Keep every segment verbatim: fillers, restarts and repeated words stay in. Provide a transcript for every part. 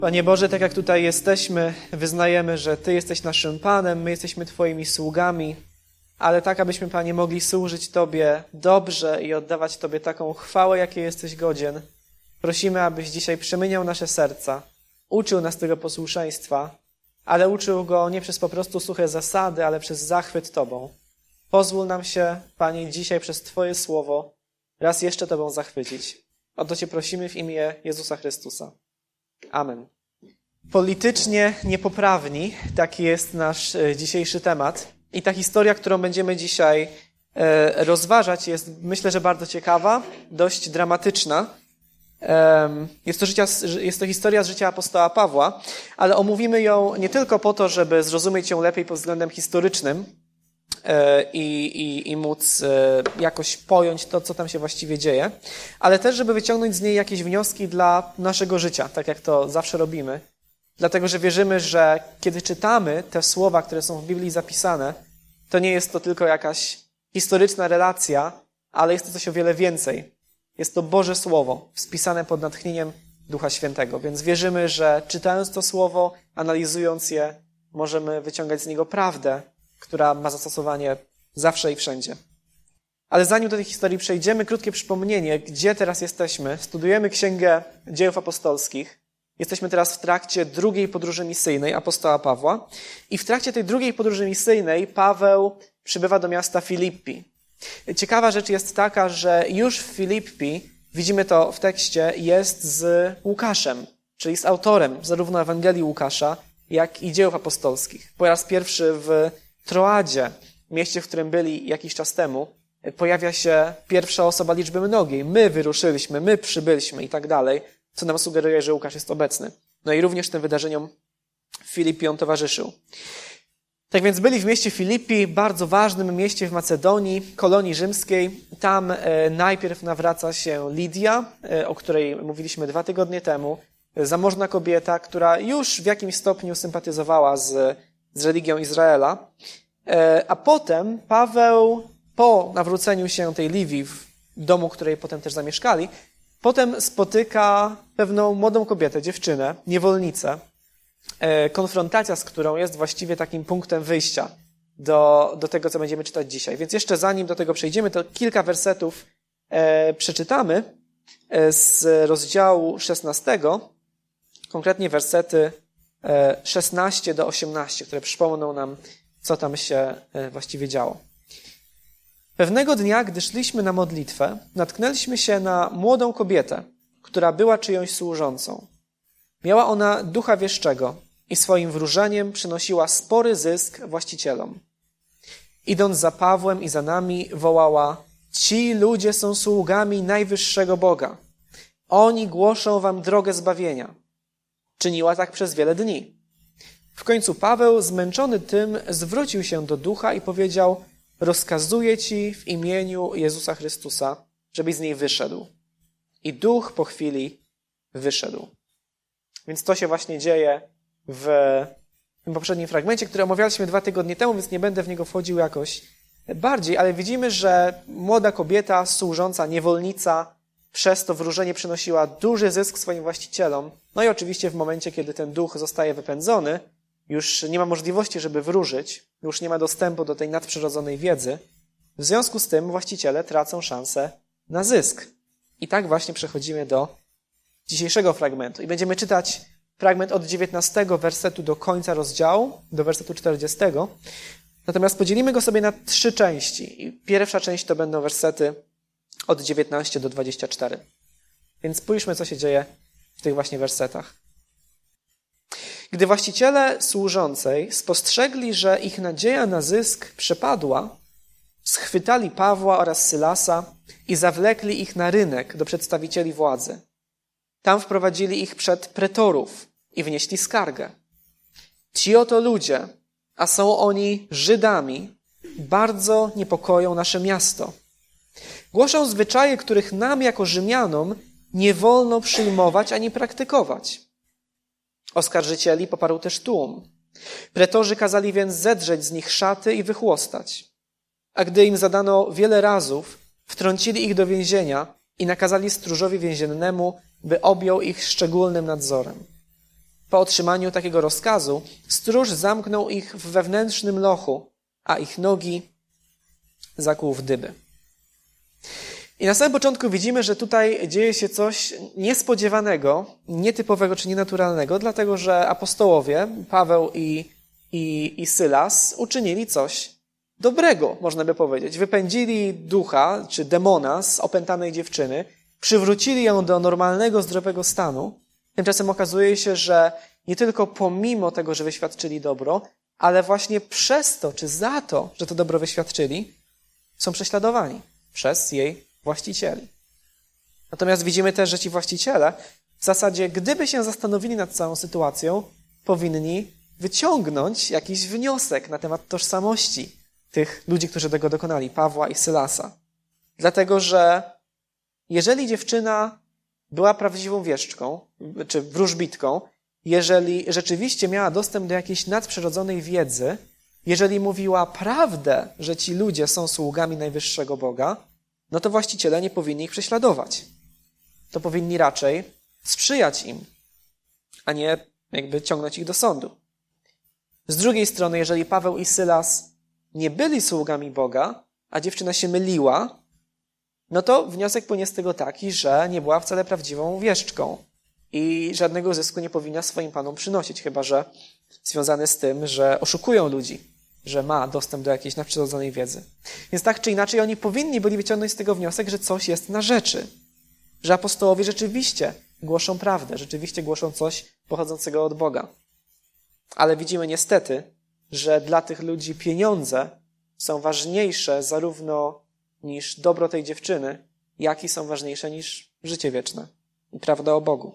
Panie Boże, tak jak tutaj jesteśmy, wyznajemy, że Ty jesteś naszym Panem, my jesteśmy Twoimi sługami, ale tak, abyśmy, Panie, mogli służyć Tobie dobrze i oddawać Tobie taką chwałę, jakiej jesteś godzien. Prosimy, abyś dzisiaj przemieniał nasze serca, uczył nas tego posłuszeństwa, ale uczył go nie przez po prostu suche zasady, ale przez zachwyt Tobą. Pozwól nam się, Panie, dzisiaj przez Twoje słowo raz jeszcze Tobą zachwycić. O to Cię prosimy w imię Jezusa Chrystusa. Amen. Politycznie niepoprawni, taki jest nasz dzisiejszy temat. I ta historia, którą będziemy dzisiaj rozważać, jest, myślę, że bardzo ciekawa, dość dramatyczna. Jest to, życia, jest to historia z życia apostoła Pawła, ale omówimy ją nie tylko po to, żeby zrozumieć ją lepiej pod względem historycznym i, i, i móc jakoś pojąć to, co tam się właściwie dzieje, ale też, żeby wyciągnąć z niej jakieś wnioski dla naszego życia, tak jak to zawsze robimy. Dlatego, że wierzymy, że kiedy czytamy te słowa, które są w Biblii zapisane, to nie jest to tylko jakaś historyczna relacja, ale jest to coś o wiele więcej. Jest to Boże Słowo, spisane pod natchnieniem Ducha Świętego. Więc wierzymy, że czytając to Słowo, analizując je, możemy wyciągać z niego prawdę, która ma zastosowanie zawsze i wszędzie. Ale zanim do tej historii przejdziemy, krótkie przypomnienie, gdzie teraz jesteśmy. Studujemy Księgę Dziejów Apostolskich. Jesteśmy teraz w trakcie drugiej podróży misyjnej apostoła Pawła. I w trakcie tej drugiej podróży misyjnej Paweł przybywa do miasta Filippi. Ciekawa rzecz jest taka, że już w Filippi, widzimy to w tekście, jest z Łukaszem, czyli z autorem zarówno Ewangelii Łukasza, jak i Dziejów Apostolskich. Po raz pierwszy w Troadzie, mieście, w którym byli jakiś czas temu, pojawia się pierwsza osoba liczby mnogiej. My wyruszyliśmy, my przybyliśmy i tak dalej, co nam sugeruje, że Łukasz jest obecny. No i również tym wydarzeniom w Filippi on towarzyszył. Tak więc byli w mieście Filippi, bardzo ważnym mieście w Macedonii, kolonii rzymskiej. Tam e, najpierw nawraca się Lidia, e, o której mówiliśmy dwa tygodnie temu. Zamożna kobieta, która już w jakimś stopniu sympatyzowała z, z religią Izraela. E, a potem Paweł, po nawróceniu się tej Liwii w domu, w której potem też zamieszkali, potem spotyka pewną młodą kobietę, dziewczynę, niewolnicę, konfrontacja z którą jest właściwie takim punktem wyjścia do, do tego, co będziemy czytać dzisiaj. Więc jeszcze zanim do tego przejdziemy, to kilka wersetów e, przeczytamy z rozdziału szesnastego, konkretnie wersety e, szesnaście do osiemnaście, które przypomną nam, co tam się e, właściwie działo. Pewnego dnia, gdy szliśmy na modlitwę, natknęliśmy się na młodą kobietę, która była czyjąś służącą. Miała ona ducha wieszczego i swoim wróżeniem przynosiła spory zysk właścicielom. Idąc za Pawłem i za nami, wołała: ci ludzie są sługami najwyższego Boga. Oni głoszą wam drogę zbawienia. Czyniła tak przez wiele dni. W końcu Paweł, zmęczony tym, zwrócił się do ducha i powiedział: rozkazuję ci w imieniu Jezusa Chrystusa, żebyś z niej wyszedł. I duch po chwili wyszedł. Więc to się właśnie dzieje w tym poprzednim fragmencie, który omawialiśmy dwa tygodnie temu, więc nie będę w niego wchodził jakoś bardziej, ale widzimy, że młoda kobieta, służąca, niewolnica, przez to wróżenie przynosiła duży zysk swoim właścicielom. No i oczywiście w momencie, kiedy ten duch zostaje wypędzony, już nie ma możliwości, żeby wróżyć, już nie ma dostępu do tej nadprzyrodzonej wiedzy. W związku z tym właściciele tracą szansę na zysk. I tak właśnie przechodzimy do dzisiejszego fragmentu. I będziemy czytać fragment od dziewiętnastego wersetu do końca rozdziału, do wersetu czterdziestego. Natomiast podzielimy go sobie na trzy części. I pierwsza część to będą wersety od dziewiętnastego do dwudziestego czwartego. Więc spójrzmy, co się dzieje w tych właśnie wersetach. Gdy właściciele służącej spostrzegli, że ich nadzieja na zysk przepadła, schwytali Pawła oraz Sylasa i zawlekli ich na rynek do przedstawicieli władzy. Tam wprowadzili ich przed pretorów i wnieśli skargę. Ci oto ludzie, a są oni Żydami, bardzo niepokoją nasze miasto. Głoszą zwyczaje, których nam jako Rzymianom nie wolno przyjmować ani praktykować. Oskarżycieli poparł też tłum. Pretorzy kazali więc zedrzeć z nich szaty i wychłostać. A gdy im zadano wiele razów, wtrącili ich do więzienia i nakazali stróżowi więziennemu, by objął ich szczególnym nadzorem. Po otrzymaniu takiego rozkazu stróż zamknął ich w wewnętrznym lochu, a ich nogi zakłuł w dyby. I na samym początku widzimy, że tutaj dzieje się coś niespodziewanego, nietypowego czy nienaturalnego, dlatego że apostołowie, Paweł i, i, i Sylas, uczynili coś dobrego, można by powiedzieć. Wypędzili ducha czy demona z opętanej dziewczyny, przywrócili ją do normalnego, zdrowego stanu. Tymczasem okazuje się, że nie tylko pomimo tego, że wyświadczyli dobro, ale właśnie przez to, czy za to, że to dobro wyświadczyli, są prześladowani przez jej właścicieli. Natomiast widzimy też, że ci właściciele w zasadzie, gdyby się zastanowili nad całą sytuacją, powinni wyciągnąć jakiś wniosek na temat tożsamości tych ludzi, którzy tego dokonali, Pawła i Sylasa. Dlatego, że jeżeli dziewczyna była prawdziwą wieszczką, czy wróżbitką, jeżeli rzeczywiście miała dostęp do jakiejś nadprzyrodzonej wiedzy, jeżeli mówiła prawdę, że ci ludzie są sługami najwyższego Boga, no to właściciele nie powinni ich prześladować. To powinni raczej sprzyjać im, a nie jakby ciągnąć ich do sądu. Z drugiej strony, jeżeli Paweł i Sylas nie byli sługami Boga, a dziewczyna się myliła, no to wniosek płynie z tego taki, że nie była wcale prawdziwą wieszczką i żadnego zysku nie powinna swoim panom przynosić, chyba że związany z tym, że oszukują ludzi, że ma dostęp do jakiejś nadprzyrodzonej wiedzy. Więc tak czy inaczej oni powinni byli wyciągnąć z tego wniosek, że coś jest na rzeczy, że apostołowie rzeczywiście głoszą prawdę, rzeczywiście głoszą coś pochodzącego od Boga. Ale widzimy niestety, że dla tych ludzi pieniądze są ważniejsze zarówno niż dobro tej dziewczyny, jak i są ważniejsze niż życie wieczne i prawda o Bogu.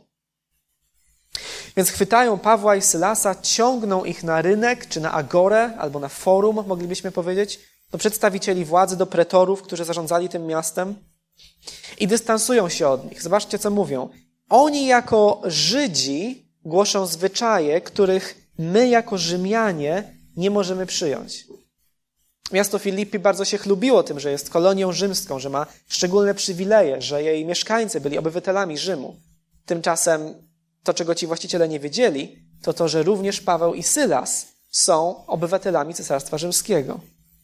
Więc chwytają Pawła i Sylasa, ciągną ich na rynek, czy na agorę, albo na forum, moglibyśmy powiedzieć, do przedstawicieli władzy, do pretorów, którzy zarządzali tym miastem i dystansują się od nich. Zobaczcie, co mówią. Oni jako Żydzi głoszą zwyczaje, których my jako Rzymianie nie możemy przyjąć. Miasto Filipi bardzo się chlubiło tym, że jest kolonią rzymską, że ma szczególne przywileje, że jej mieszkańcy byli obywatelami Rzymu. Tymczasem to, czego ci właściciele nie wiedzieli, to to, że również Paweł i Sylas są obywatelami Cesarstwa Rzymskiego.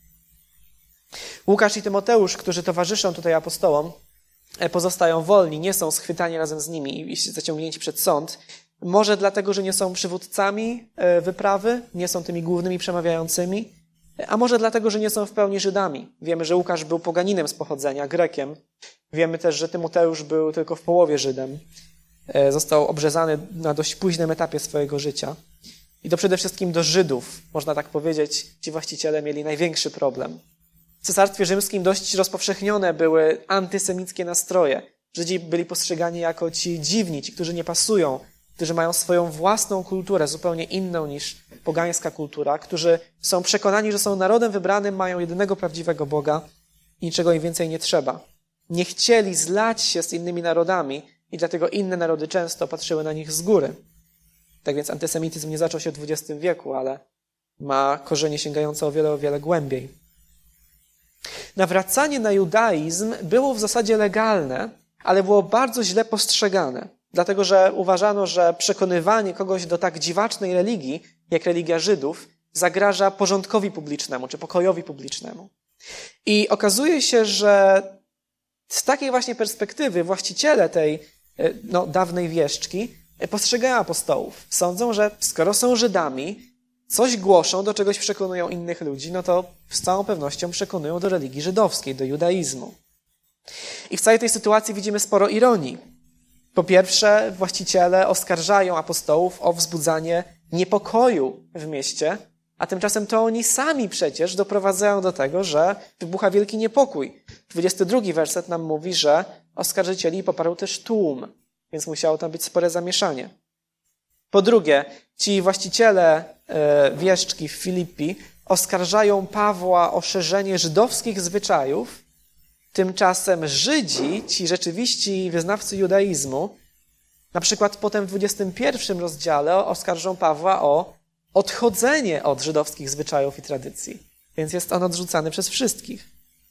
Łukasz i Tymoteusz, którzy towarzyszą tutaj apostołom, pozostają wolni, nie są schwytani razem z nimi i zaciągnięci przed sąd. Może dlatego, że nie są przywódcami wyprawy, nie są tymi głównymi przemawiającymi, a może dlatego, że nie są w pełni Żydami. Wiemy, że Łukasz był poganinem z pochodzenia, Grekiem. Wiemy też, że Tymoteusz był tylko w połowie Żydem. Został obrzezany na dość późnym etapie swojego życia. I to przede wszystkim do Żydów, można tak powiedzieć, ci właściciele mieli największy problem. W Cesarstwie Rzymskim dość rozpowszechnione były antysemickie nastroje. Żydzi byli postrzegani jako ci dziwni, ci, którzy nie pasują, którzy mają swoją własną kulturę, zupełnie inną niż pogańska kultura, którzy są przekonani, że są narodem wybranym, mają jedynego prawdziwego Boga i niczego im więcej nie trzeba. Nie chcieli zlać się z innymi narodami i dlatego inne narody często patrzyły na nich z góry. Tak więc antysemityzm nie zaczął się w dwudziestym wieku, ale ma korzenie sięgające o wiele, o wiele głębiej. Nawracanie na judaizm było w zasadzie legalne, ale było bardzo źle postrzegane. Dlatego, że uważano, że przekonywanie kogoś do tak dziwacznej religii, jak religia Żydów, zagraża porządkowi publicznemu, czy pokojowi publicznemu. I okazuje się, że z takiej właśnie perspektywy właściciele tej no, dawnej wieszczki postrzegają apostołów. Sądzą, że skoro są Żydami, coś głoszą, do czegoś przekonują innych ludzi, no to z całą pewnością przekonują do religii żydowskiej, do judaizmu. I w całej tej sytuacji widzimy sporo ironii. Po pierwsze, właściciele oskarżają apostołów o wzbudzanie niepokoju w mieście, a tymczasem to oni sami przecież doprowadzają do tego, że wybucha wielki niepokój. dwudziesty drugi werset nam mówi, że oskarżycieli poparł też tłum, więc musiało tam być spore zamieszanie. Po drugie, ci właściciele wieszczki w Filipi oskarżają Pawła o szerzenie żydowskich zwyczajów, tymczasem Żydzi, ci rzeczywiści wyznawcy judaizmu, na przykład potem w dwudziestym pierwszym rozdziale oskarżą Pawła o odchodzenie od żydowskich zwyczajów i tradycji. Więc jest on odrzucany przez wszystkich.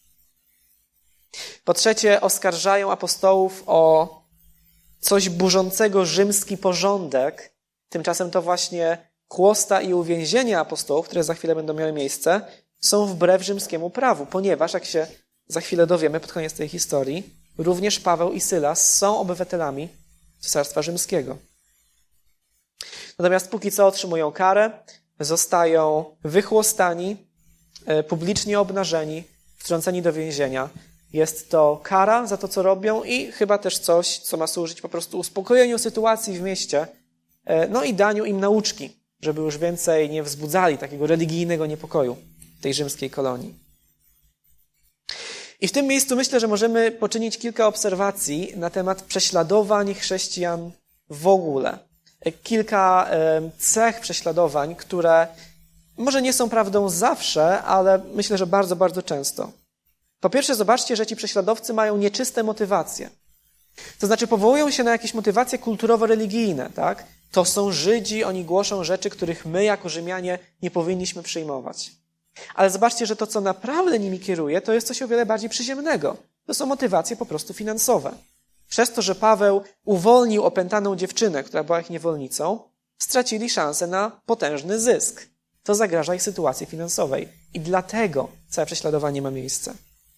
Po trzecie, oskarżają apostołów o coś burzącego rzymski porządek Tymczasem to właśnie chłosta i uwięzienie apostołów, które za chwilę będą miały miejsce, są wbrew rzymskiemu prawu, ponieważ, jak się za chwilę dowiemy pod koniec tej historii, również Paweł i Sylas są obywatelami Cesarstwa Rzymskiego. Natomiast póki co otrzymują karę, zostają wychłostani, publicznie obnażeni, wtrąceni do więzienia. Jest to kara za to, co robią i chyba też coś, co ma służyć po prostu uspokojeniu sytuacji w mieście, no i daniu im nauczki, żeby już więcej nie wzbudzali takiego religijnego niepokoju w tej rzymskiej kolonii. I w tym miejscu myślę, że możemy poczynić kilka obserwacji na temat prześladowań chrześcijan w ogóle. Kilka cech prześladowań, które może nie są prawdą zawsze, ale myślę, że bardzo, bardzo często. Po pierwsze, zobaczcie, że ci prześladowcy mają nieczyste motywacje. To znaczy powołują się na jakieś motywacje kulturowo-religijne, tak? To są Żydzi, oni głoszą rzeczy, których my jako Rzymianie nie powinniśmy przyjmować. Ale zobaczcie, że to, co naprawdę nimi kieruje, to jest coś o wiele bardziej przyziemnego. To są motywacje po prostu finansowe. Przez to, że Paweł uwolnił opętaną dziewczynę, która była ich niewolnicą, stracili szansę na potężny zysk. To zagraża ich sytuacji finansowej. I dlatego całe prześladowanie ma miejsce.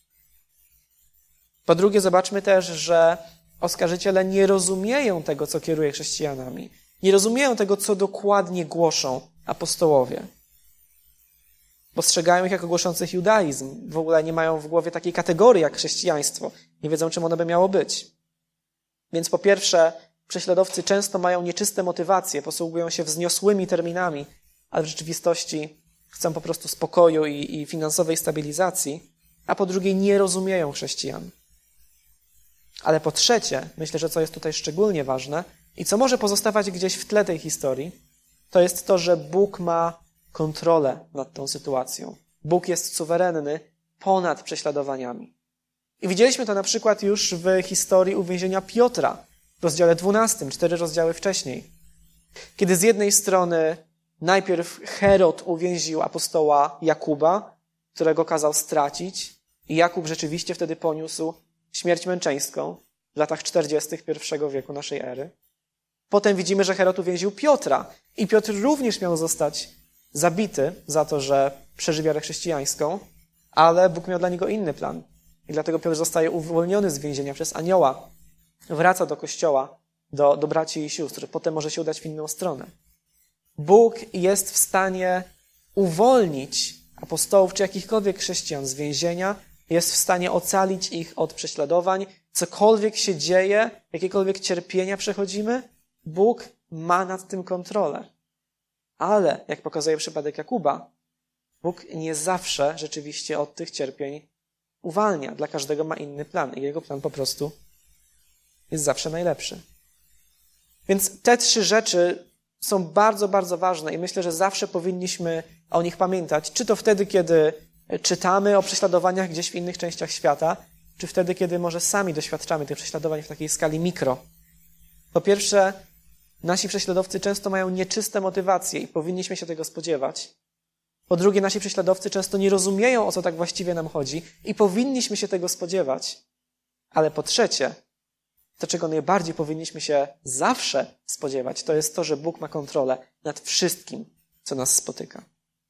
Po drugie, zobaczmy też, że oskarżyciele nie rozumieją tego, co kieruje chrześcijanami. Nie rozumieją tego, co dokładnie głoszą apostołowie. Postrzegają ich jako głoszących judaizm. W ogóle nie mają w głowie takiej kategorii jak chrześcijaństwo. Nie wiedzą, czym ono by miało być. Więc po pierwsze, prześladowcy często mają nieczyste motywacje, posługują się wzniosłymi terminami, ale w rzeczywistości chcą po prostu spokoju i, i finansowej stabilizacji, a po drugie nie rozumieją chrześcijan. Ale po trzecie, myślę, że co jest tutaj szczególnie ważne i co może pozostawać gdzieś w tle tej historii, to jest to, że Bóg ma kontrolę nad tą sytuacją. Bóg jest suwerenny ponad prześladowaniami. I widzieliśmy to na przykład już w historii uwięzienia Piotra w rozdziale dwunastym, cztery rozdziały wcześniej. Kiedy z jednej strony najpierw Herod uwięził apostoła Jakuba, którego kazał stracić, i Jakub rzeczywiście wtedy poniósł śmierć męczeńską w latach czterdziestych pierwszego wieku naszej ery. Potem widzimy, że Herod uwięził Piotra i Piotr również miał zostać zabity za to, że przeżył wiarę chrześcijańską, ale Bóg miał dla niego inny plan. I dlatego Piotr zostaje uwolniony z więzienia przez anioła. Wraca do kościoła, do, do braci i sióstr. Potem może się udać w inną stronę. Bóg jest w stanie uwolnić apostołów czy jakichkolwiek chrześcijan z więzienia, jest w stanie ocalić ich od prześladowań. Cokolwiek się dzieje, jakiekolwiek cierpienia przechodzimy, Bóg ma nad tym kontrolę. Ale, jak pokazuje przypadek Jakuba, Bóg nie zawsze rzeczywiście od tych cierpień uwalnia. Dla każdego ma inny plan i jego plan po prostu jest zawsze najlepszy. Więc te trzy rzeczy są bardzo, bardzo ważne i myślę, że zawsze powinniśmy o nich pamiętać. Czy to wtedy, kiedy czytamy o prześladowaniach gdzieś w innych częściach świata, czy wtedy, kiedy może sami doświadczamy tych prześladowań w takiej skali mikro. Po pierwsze, nasi prześladowcy często mają nieczyste motywacje i powinniśmy się tego spodziewać. Po drugie, nasi prześladowcy często nie rozumieją, o co tak właściwie nam chodzi i powinniśmy się tego spodziewać. Ale po trzecie, to, czego najbardziej powinniśmy się zawsze spodziewać, to jest to, że Bóg ma kontrolę nad wszystkim, co nas spotyka.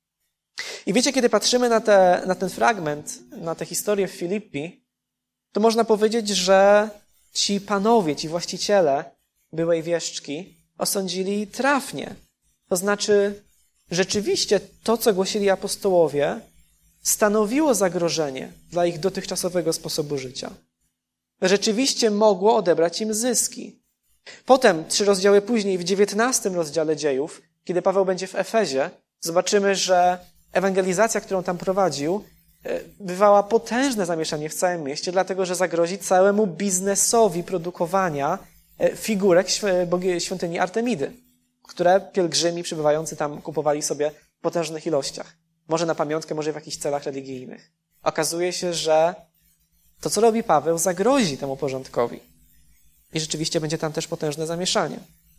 I wiecie, kiedy patrzymy na, te, na ten fragment, na tę historię w Filippi, to można powiedzieć, że ci panowie, ci właściciele byłej wieszczki osądzili trafnie. To znaczy, rzeczywiście to, co głosili apostołowie, stanowiło zagrożenie dla ich dotychczasowego sposobu życia. Rzeczywiście mogło odebrać im zyski. Potem, trzy rozdziały później, w dziewiętnastym rozdziale dziejów, kiedy Paweł będzie w Efezie, zobaczymy, że ewangelizacja, którą tam prowadził, bywała potężne zamieszanie w całym mieście, dlatego że zagrozi całemu biznesowi produkowania figurek świątyni Artemidy, które pielgrzymi przybywający tam kupowali sobie w potężnych ilościach. Może na pamiątkę, może w jakichś celach religijnych. Okazuje się, że to, co robi Paweł, zagrozi temu porządkowi. I rzeczywiście będzie tam też potężne zamieszanie.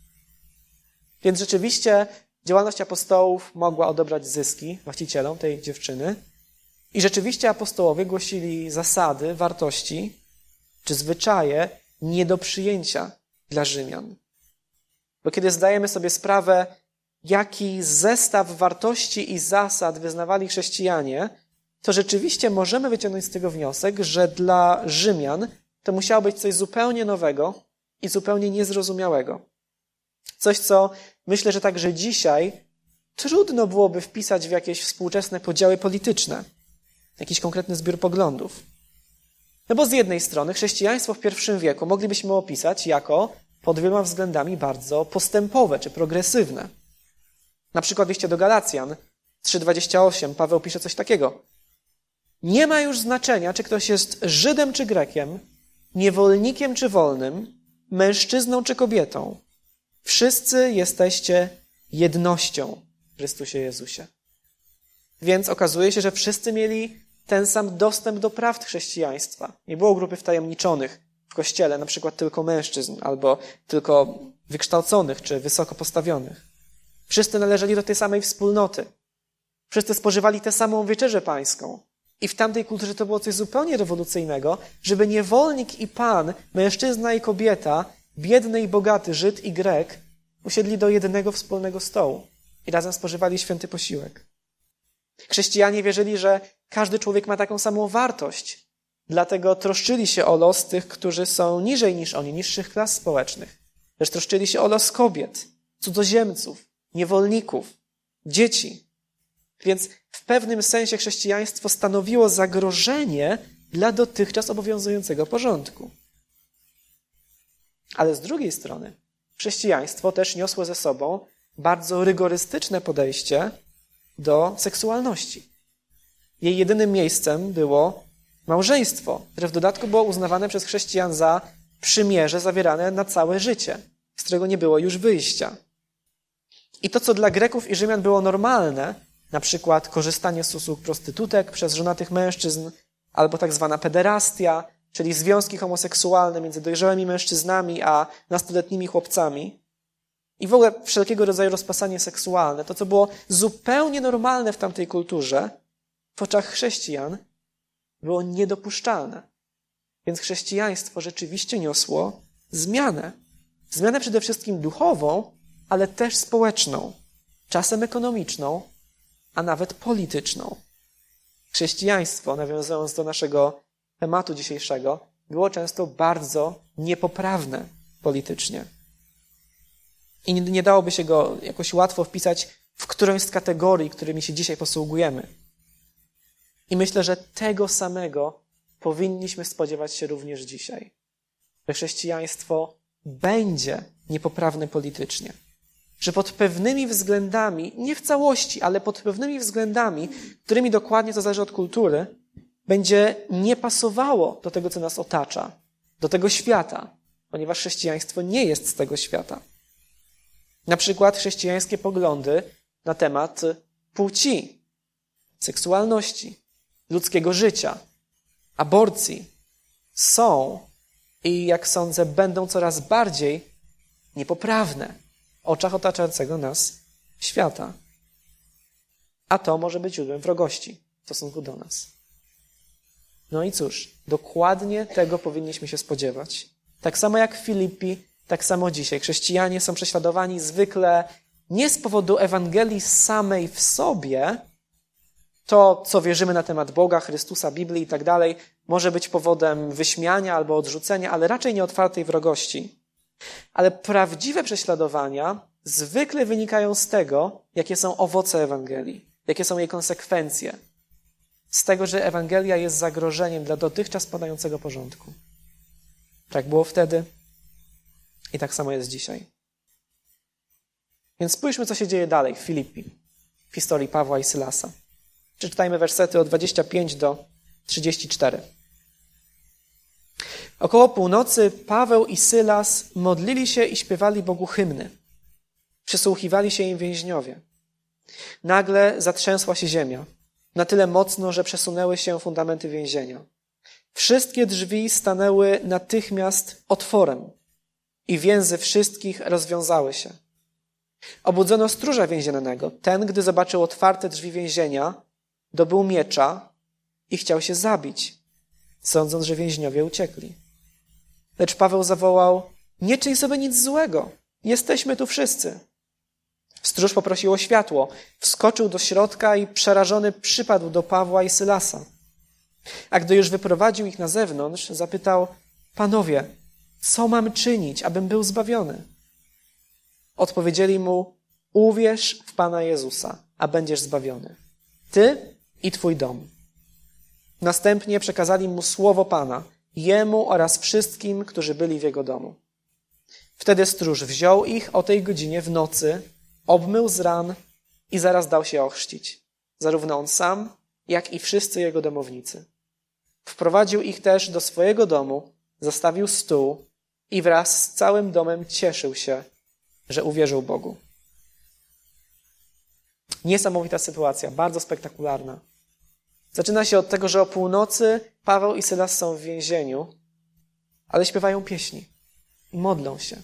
Więc rzeczywiście działalność apostołów mogła odebrać zyski właścicielom tej dziewczyny. I rzeczywiście apostołowie głosili zasady, wartości czy zwyczaje nie do przyjęcia dla Rzymian. Bo kiedy zdajemy sobie sprawę, jaki zestaw wartości i zasad wyznawali chrześcijanie, to rzeczywiście możemy wyciągnąć z tego wniosek, że dla Rzymian to musiało być coś zupełnie nowego i zupełnie niezrozumiałego. Coś, co myślę, że także dzisiaj trudno byłoby wpisać w jakieś współczesne podziały polityczne, jakiś konkretny zbiór poglądów. No bo z jednej strony chrześcijaństwo w pierwszym wieku moglibyśmy opisać jako pod wieloma względami bardzo postępowe czy progresywne. Na przykład w liście do Galacjan trzy dwadzieścia osiem Paweł pisze coś takiego. Nie ma już znaczenia, czy ktoś jest Żydem czy Grekiem, niewolnikiem czy wolnym, mężczyzną czy kobietą. Wszyscy jesteście jednością w Chrystusie Jezusie. Więc okazuje się, że wszyscy mieli ten sam dostęp do prawd chrześcijaństwa. Nie było grupy wtajemniczonych w Kościele, na przykład tylko mężczyzn, albo tylko wykształconych czy wysoko postawionych. Wszyscy należeli do tej samej wspólnoty. Wszyscy spożywali tę samą wieczerzę pańską. I w tamtej kulturze to było coś zupełnie rewolucyjnego, żeby niewolnik i pan, mężczyzna i kobieta, biedny i bogaty, Żyd i Grek, usiedli do jednego wspólnego stołu i razem spożywali święty posiłek. Chrześcijanie wierzyli, że każdy człowiek ma taką samą wartość, dlatego troszczyli się o los tych, którzy są niżej niż oni, niższych klas społecznych. Też troszczyli się o los kobiet, cudzoziemców, niewolników, dzieci. Więc w pewnym sensie chrześcijaństwo stanowiło zagrożenie dla dotychczas obowiązującego porządku. Ale z drugiej strony chrześcijaństwo też niosło ze sobą bardzo rygorystyczne podejście do seksualności. Jej jedynym miejscem było małżeństwo, które w dodatku było uznawane przez chrześcijan za przymierze zawierane na całe życie, z którego nie było już wyjścia. I to, co dla Greków i Rzymian było normalne, na przykład korzystanie z usług prostytutek przez żonatych mężczyzn, albo tak zwana pederastia, czyli związki homoseksualne między dojrzałymi mężczyznami a nastoletnimi chłopcami, i w ogóle wszelkiego rodzaju rozpasanie seksualne, to co było zupełnie normalne w tamtej kulturze, w oczach chrześcijan było niedopuszczalne. Więc chrześcijaństwo rzeczywiście niosło zmianę. Zmianę przede wszystkim duchową, ale też społeczną, czasem ekonomiczną, a nawet polityczną. Chrześcijaństwo, nawiązując do naszego tematu dzisiejszego, było często bardzo niepoprawne politycznie. I nie, nie dałoby się go jakoś łatwo wpisać w którąś z kategorii, którymi się dzisiaj posługujemy. I myślę, że tego samego powinniśmy spodziewać się również dzisiaj. Że chrześcijaństwo będzie niepoprawne politycznie. Że pod pewnymi względami, nie w całości, ale pod pewnymi względami, którymi dokładnie to zależy od kultury, będzie nie pasowało do tego, co nas otacza, do tego świata, ponieważ chrześcijaństwo nie jest z tego świata. Na przykład chrześcijańskie poglądy na temat płci, seksualności, ludzkiego życia, aborcji są i, jak sądzę, będą coraz bardziej niepoprawne w oczach otaczającego nas świata. A to może być źródłem wrogości w stosunku do nas. No i cóż, dokładnie tego powinniśmy się spodziewać. Tak samo jak w Filipi, tak samo dzisiaj. Chrześcijanie są prześladowani zwykle nie z powodu Ewangelii samej w sobie. To, co wierzymy na temat Boga, Chrystusa, Biblii i tak dalej, może być powodem wyśmiania albo odrzucenia, ale raczej nie otwartej wrogości. Ale prawdziwe prześladowania zwykle wynikają z tego, jakie są owoce Ewangelii, jakie są jej konsekwencje. Z tego, że Ewangelia jest zagrożeniem dla dotychczas panującego porządku. Tak było wtedy i tak samo jest dzisiaj. Więc spójrzmy, co się dzieje dalej w Filipi, w historii Pawła i Sylasa. Przeczytajmy wersety od dwudziestego piątego do trzydziestego czwartego. Około północy Paweł i Sylas modlili się i śpiewali Bogu hymny. Przysłuchiwali się im więźniowie. Nagle zatrzęsła się ziemia, na tyle mocno, że przesunęły się fundamenty więzienia. Wszystkie drzwi stanęły natychmiast otworem i więzy wszystkich rozwiązały się. Obudzono stróża więziennego. Ten, gdy zobaczył otwarte drzwi więzienia, dobył miecza i chciał się zabić, sądząc, że więźniowie uciekli. Lecz Paweł zawołał: nie czyń sobie nic złego, Jesteśmy tu wszyscy. Stróż poprosił o światło, wskoczył do środka i przerażony przypadł do Pawła i Sylasa. A gdy już wyprowadził ich na zewnątrz, zapytał: Panowie, co mam czynić, abym był zbawiony? Odpowiedzieli mu: uwierz w Pana Jezusa, a będziesz zbawiony. Ty i twój dom. Następnie przekazali mu słowo Pana, jemu oraz wszystkim, którzy byli w jego domu. Wtedy stróż wziął ich o tej godzinie w nocy, obmył z ran i zaraz dał się ochrzcić. Zarówno on sam, jak i wszyscy jego domownicy. Wprowadził ich też do swojego domu, zastawił stół i wraz z całym domem cieszył się, że uwierzył Bogu. Niesamowita sytuacja, bardzo spektakularna. Zaczyna się od tego, że o północy Paweł i Sylas są w więzieniu, ale śpiewają pieśni i modlą się.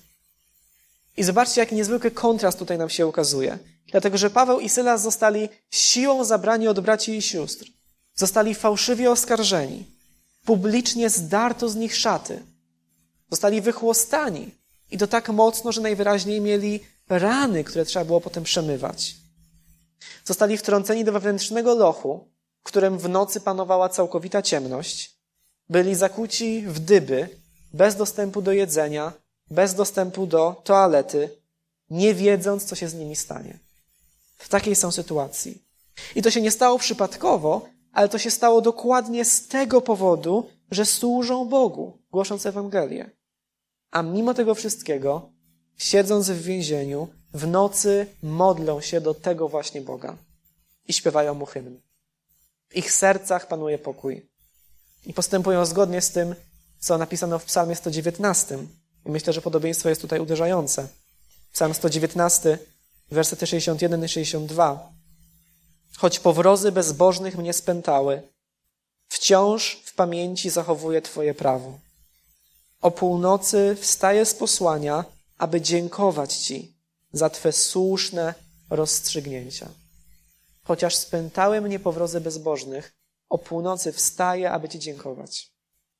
I zobaczcie, jaki niezwykły kontrast tutaj nam się ukazuje. Dlatego, że Paweł i Sylas zostali siłą zabrani od braci i sióstr. Zostali fałszywie oskarżeni. Publicznie zdarto z nich szaty. Zostali wychłostani. I to tak mocno, że najwyraźniej mieli rany, które trzeba było potem przemywać. Zostali wtrąceni do wewnętrznego lochu, w którym w nocy panowała całkowita ciemność. Byli zakuci w dyby, bez dostępu do jedzenia, bez dostępu do toalety, nie wiedząc, co się z nimi stanie. W takiej są sytuacji. I to się nie stało przypadkowo, ale to się stało dokładnie z tego powodu, że służą Bogu, głosząc Ewangelię. A mimo tego wszystkiego, siedząc w więzieniu, w nocy modlą się do tego właśnie Boga i śpiewają mu hymn. W ich sercach panuje pokój i postępują zgodnie z tym, co napisano w Psalmie sto dziewiętnastym. I myślę, że podobieństwo jest tutaj uderzające. Psalm sto dziewiętnasty, wersety sześćdziesiąt jeden i sześćdziesiąt dwa. Choć powrozy bezbożnych mnie spętały, wciąż w pamięci zachowuję Twoje prawo. O północy wstaję z posłania, aby dziękować Ci za Twe słuszne rozstrzygnięcia. Chociaż spętały mnie powrozy bezbożnych, o północy wstaję, aby Ci dziękować.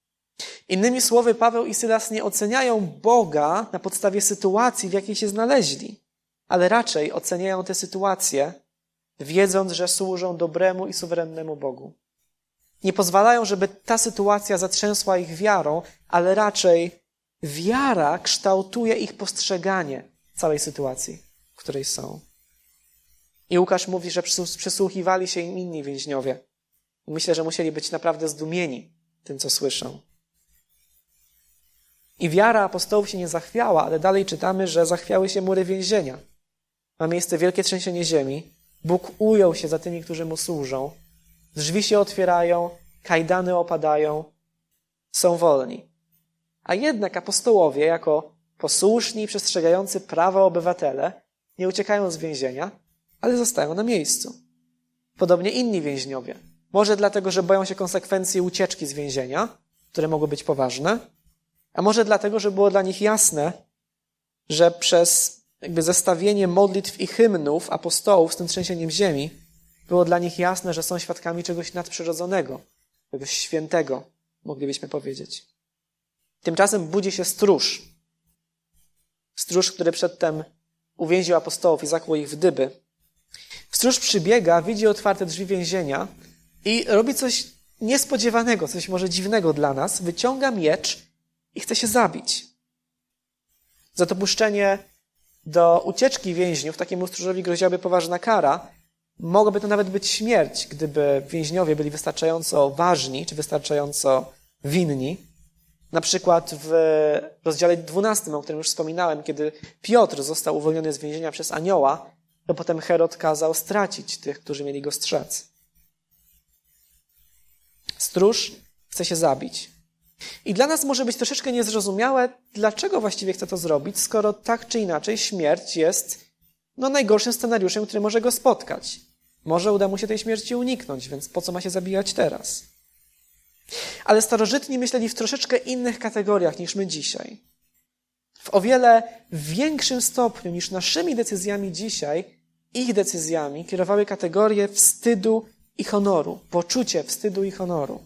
Innymi słowy, Paweł i Sylas nie oceniają Boga na podstawie sytuacji, w jakiej się znaleźli, ale raczej oceniają tę sytuację, wiedząc, że służą dobremu i suwerennemu Bogu. Nie pozwalają, żeby ta sytuacja zatrzęsła ich wiarą, ale raczej wiara kształtuje ich postrzeganie całej sytuacji, w której są. I Łukasz mówi, że przysłuchiwali się im inni więźniowie. I myślę, że musieli być naprawdę zdumieni tym, co słyszą. I wiara apostołów się nie zachwiała, ale dalej czytamy, że zachwiały się mury więzienia. Ma miejsce wielkie trzęsienie ziemi. Bóg ujął się za tymi, którzy Mu służą. Drzwi się otwierają, kajdany opadają, są wolni. A jednak apostołowie, jako posłuszni, przestrzegający prawa obywatele, nie uciekają z więzienia, ale zostają na miejscu. Podobnie inni więźniowie. Może dlatego, że boją się konsekwencji ucieczki z więzienia, które mogły być poważne, a może dlatego, że było dla nich jasne, że przez jakby zestawienie modlitw i hymnów apostołów z tym trzęsieniem ziemi było dla nich jasne, że są świadkami czegoś nadprzyrodzonego, czegoś świętego, moglibyśmy powiedzieć. Tymczasem budzi się stróż. Stróż, który przedtem uwięził apostołów i zakłuł ich w dyby. Stróż przybiega, widzi otwarte drzwi więzienia i robi coś niespodziewanego, coś może dziwnego dla nas. Wyciąga miecz i chce się zabić. Za dopuszczenie do ucieczki więźniów takiemu stróżowi groziłaby poważna kara. Mogłaby to nawet być śmierć, gdyby więźniowie byli wystarczająco ważni, czy wystarczająco winni. Na przykład w rozdziale dwunastym, o którym już wspominałem, kiedy Piotr został uwolniony z więzienia przez anioła, to potem Herod kazał stracić tych, którzy mieli go strzec. Stróż chce się zabić. I dla nas może być troszeczkę niezrozumiałe, dlaczego właściwie chce to zrobić, skoro tak czy inaczej śmierć jest no, najgorszym scenariuszem, który może go spotkać. Może uda mu się tej śmierci uniknąć, więc po co ma się zabijać teraz? Ale starożytni myśleli w troszeczkę innych kategoriach niż my dzisiaj. W o wiele większym stopniu niż naszymi decyzjami dzisiaj, ich decyzjami kierowały kategorie wstydu i honoru, poczucie wstydu i honoru.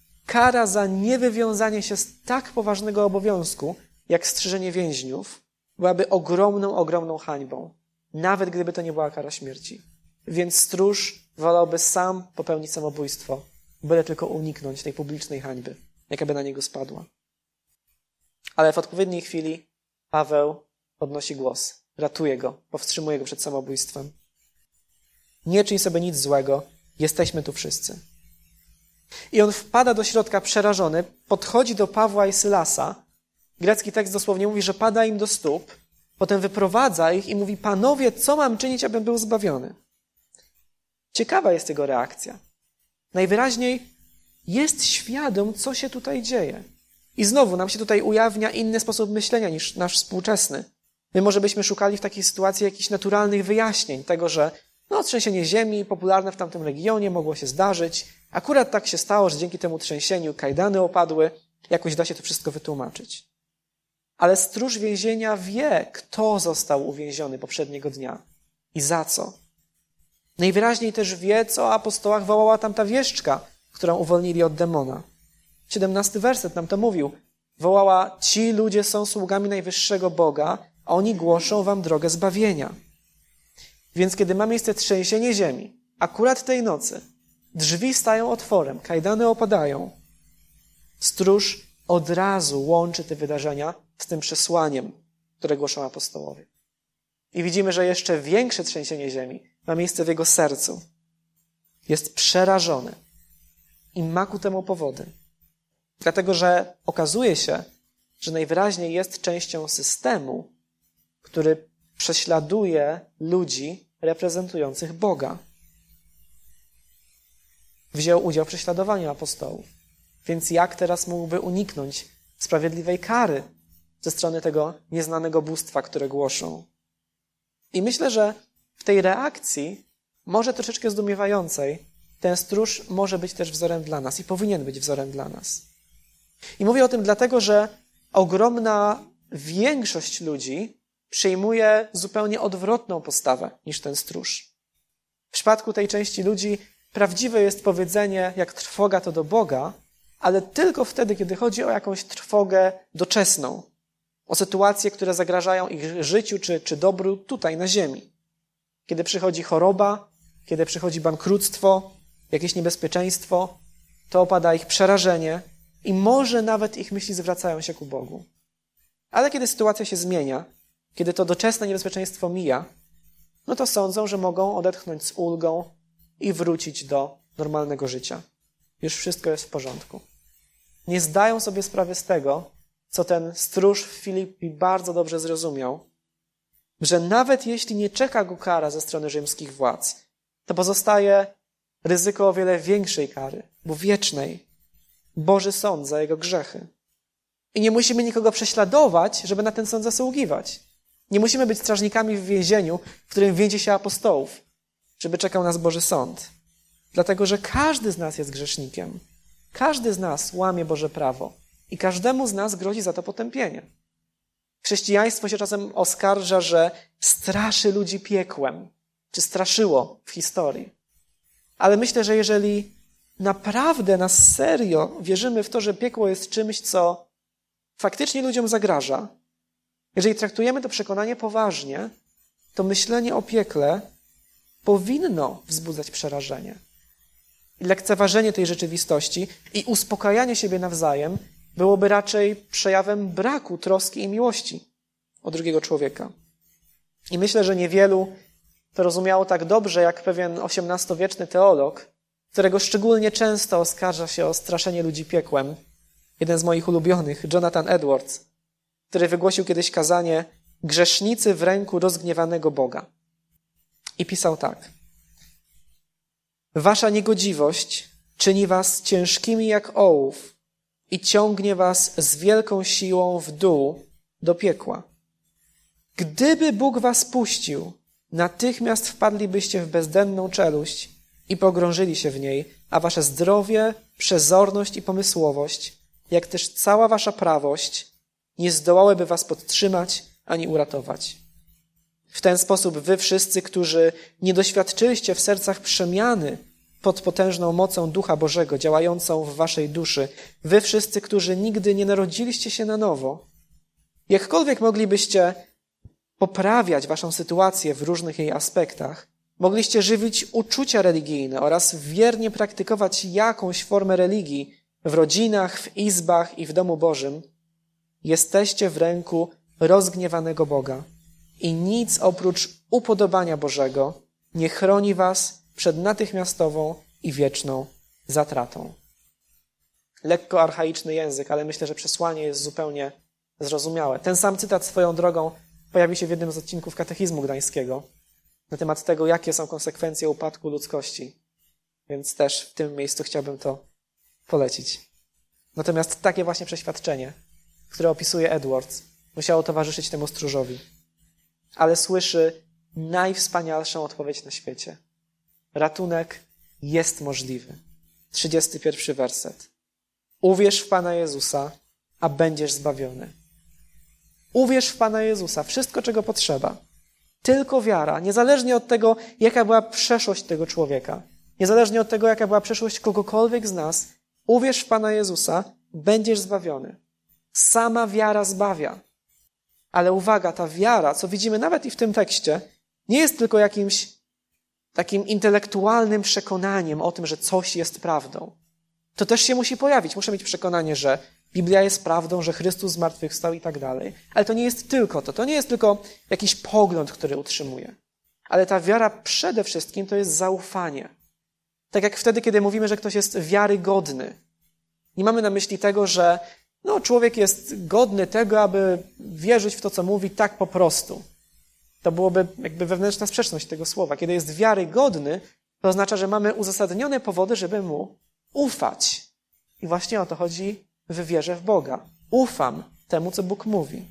Kara za niewywiązanie się z tak poważnego obowiązku, jak strzyżenie więźniów, byłaby ogromną, ogromną hańbą, nawet gdyby to nie była kara śmierci. Więc stróż wolałby sam popełnić samobójstwo, byle tylko uniknąć tej publicznej hańby, jaka by na niego spadła. Ale w odpowiedniej chwili Paweł podnosi głos, ratuje go, powstrzymuje go przed samobójstwem. Nie czyń sobie nic złego, jesteśmy tu wszyscy. I on wpada do środka przerażony, podchodzi do Pawła i Sylasa. Grecki tekst dosłownie mówi, że pada im do stóp, potem wyprowadza ich i mówi: panowie, co mam czynić, abym był zbawiony? Ciekawa jest jego reakcja. Najwyraźniej jest świadom, co się tutaj dzieje. I znowu nam się tutaj ujawnia inny sposób myślenia niż nasz współczesny. My może byśmy szukali w takiej sytuacji jakichś naturalnych wyjaśnień tego, że no, trzęsienie ziemi, popularne w tamtym regionie, mogło się zdarzyć. Akurat tak się stało, że dzięki temu trzęsieniu kajdany opadły. Jakoś da się to wszystko wytłumaczyć. Ale stróż więzienia wie, kto został uwięziony poprzedniego dnia i za co. Najwyraźniej też wie, co o apostołach wołała tamta wieszczka, którą uwolnili od demona. siedemnasty werset nam to mówił. Wołała: ci ludzie są sługami najwyższego Boga, a oni głoszą wam drogę zbawienia. Więc kiedy ma miejsce trzęsienie ziemi, akurat tej nocy, drzwi stają otworem, kajdany opadają, stróż od razu łączy te wydarzenia z tym przesłaniem, które głoszą apostołowie. I widzimy, że jeszcze większe trzęsienie ziemi ma miejsce w jego sercu. Jest przerażony i ma ku temu powody. Dlatego, że okazuje się, że najwyraźniej jest częścią systemu, który prześladuje ludzi reprezentujących Boga. Wziął udział w prześladowaniu apostołów. Więc jak teraz mógłby uniknąć sprawiedliwej kary ze strony tego nieznanego bóstwa, które głoszą? I myślę, że w tej reakcji, może troszeczkę zdumiewającej, ten stróż może być też wzorem dla nas i powinien być wzorem dla nas. I mówię o tym dlatego, że ogromna większość ludzi przyjmuje zupełnie odwrotną postawę niż ten stróż. W przypadku tej części ludzi prawdziwe jest powiedzenie, jak trwoga to do Boga, ale tylko wtedy, kiedy chodzi o jakąś trwogę doczesną, o sytuacje, które zagrażają ich życiu czy, czy dobru tutaj na ziemi. Kiedy przychodzi choroba, kiedy przychodzi bankructwo, jakieś niebezpieczeństwo, to opada ich przerażenie i może nawet ich myśli zwracają się ku Bogu. Ale kiedy sytuacja się zmienia, kiedy to doczesne niebezpieczeństwo mija, no to sądzą, że mogą odetchnąć z ulgą i wrócić do normalnego życia. Już wszystko jest w porządku. Nie zdają sobie sprawy z tego, co ten stróż w Filipi bardzo dobrze zrozumiał, że nawet jeśli nie czeka go kara ze strony rzymskich władz, to pozostaje ryzyko o wiele większej kary, bo wiecznej. Boży sąd za jego grzechy. I nie musimy nikogo prześladować, żeby na ten sąd zasługiwać. Nie musimy być strażnikami w więzieniu, w którym więzi się apostołów, żeby czekał nas Boży sąd. Dlatego, że każdy z nas jest grzesznikiem. Każdy z nas łamie Boże prawo i każdemu z nas grozi za to potępienie. Chrześcijaństwo się czasem oskarża, że straszy ludzi piekłem, czy straszyło w historii. Ale myślę, że jeżeli naprawdę na serio wierzymy w to, że piekło jest czymś, co faktycznie ludziom zagraża, jeżeli traktujemy to przekonanie poważnie, to myślenie o piekle powinno wzbudzać przerażenie. I lekceważenie tej rzeczywistości i uspokajanie siebie nawzajem byłoby raczej przejawem braku troski i miłości o drugiego człowieka. I myślę, że niewielu to rozumiało tak dobrze, jak pewien osiemnastowieczny teolog, którego szczególnie często oskarża się o straszenie ludzi piekłem. Jeden z moich ulubionych, Jonathan Edwards, który wygłosił kiedyś kazanie Grzesznicy w ręku rozgniewanego Boga. I pisał tak. Wasza niegodziwość czyni was ciężkimi jak ołów i ciągnie was z wielką siłą w dół do piekła. Gdyby Bóg was puścił, natychmiast wpadlibyście w bezdenną czeluść i pogrążyli się w niej, a wasze zdrowie, przezorność i pomysłowość, jak też cała wasza prawość, nie zdołałyby was podtrzymać ani uratować. W ten sposób wy wszyscy, którzy nie doświadczyliście w sercach przemiany pod potężną mocą Ducha Bożego działającą w waszej duszy, wy wszyscy, którzy nigdy nie narodziliście się na nowo, jakkolwiek moglibyście poprawiać waszą sytuację w różnych jej aspektach, mogliście żywić uczucia religijne oraz wiernie praktykować jakąś formę religii w rodzinach, w izbach i w domu Bożym, jesteście w ręku rozgniewanego Boga i nic oprócz upodobania Bożego nie chroni was przed natychmiastową i wieczną zatratą. Lekko archaiczny język, ale myślę, że przesłanie jest zupełnie zrozumiałe. Ten sam cytat swoją drogą pojawi się w jednym z odcinków Katechizmu Gdańskiego na temat tego, jakie są konsekwencje upadku ludzkości. Więc też w tym miejscu chciałbym to polecić. Natomiast takie właśnie przeświadczenie, które opisuje Edwards, musiało towarzyszyć temu stróżowi. Ale słyszy najwspanialszą odpowiedź na świecie. Ratunek jest możliwy. trzydziesty pierwszy werset. Uwierz w Pana Jezusa, a będziesz zbawiony. Uwierz w Pana Jezusa. Wszystko, czego potrzeba. Tylko wiara, niezależnie od tego, jaka była przeszłość tego człowieka, niezależnie od tego, jaka była przeszłość kogokolwiek z nas, uwierz w Pana Jezusa, będziesz zbawiony. Sama wiara zbawia. Ale uwaga, ta wiara, co widzimy nawet i w tym tekście, nie jest tylko jakimś takim intelektualnym przekonaniem o tym, że coś jest prawdą. To też się musi pojawić. Muszę mieć przekonanie, że Biblia jest prawdą, że Chrystus zmartwychwstał i tak dalej. Ale to nie jest tylko to. To nie jest tylko jakiś pogląd, który utrzymuje. Ale ta wiara przede wszystkim to jest zaufanie. Tak jak wtedy, kiedy mówimy, że ktoś jest wiarygodny. Nie mamy na myśli tego, że no, człowiek jest godny tego, aby wierzyć w to, co mówi tak po prostu. To byłoby jakby wewnętrzna sprzeczność tego słowa. Kiedy jest wiarygodny, to oznacza, że mamy uzasadnione powody, żeby mu ufać. I właśnie o to chodzi w wierze w Boga. Ufam temu, co Bóg mówi.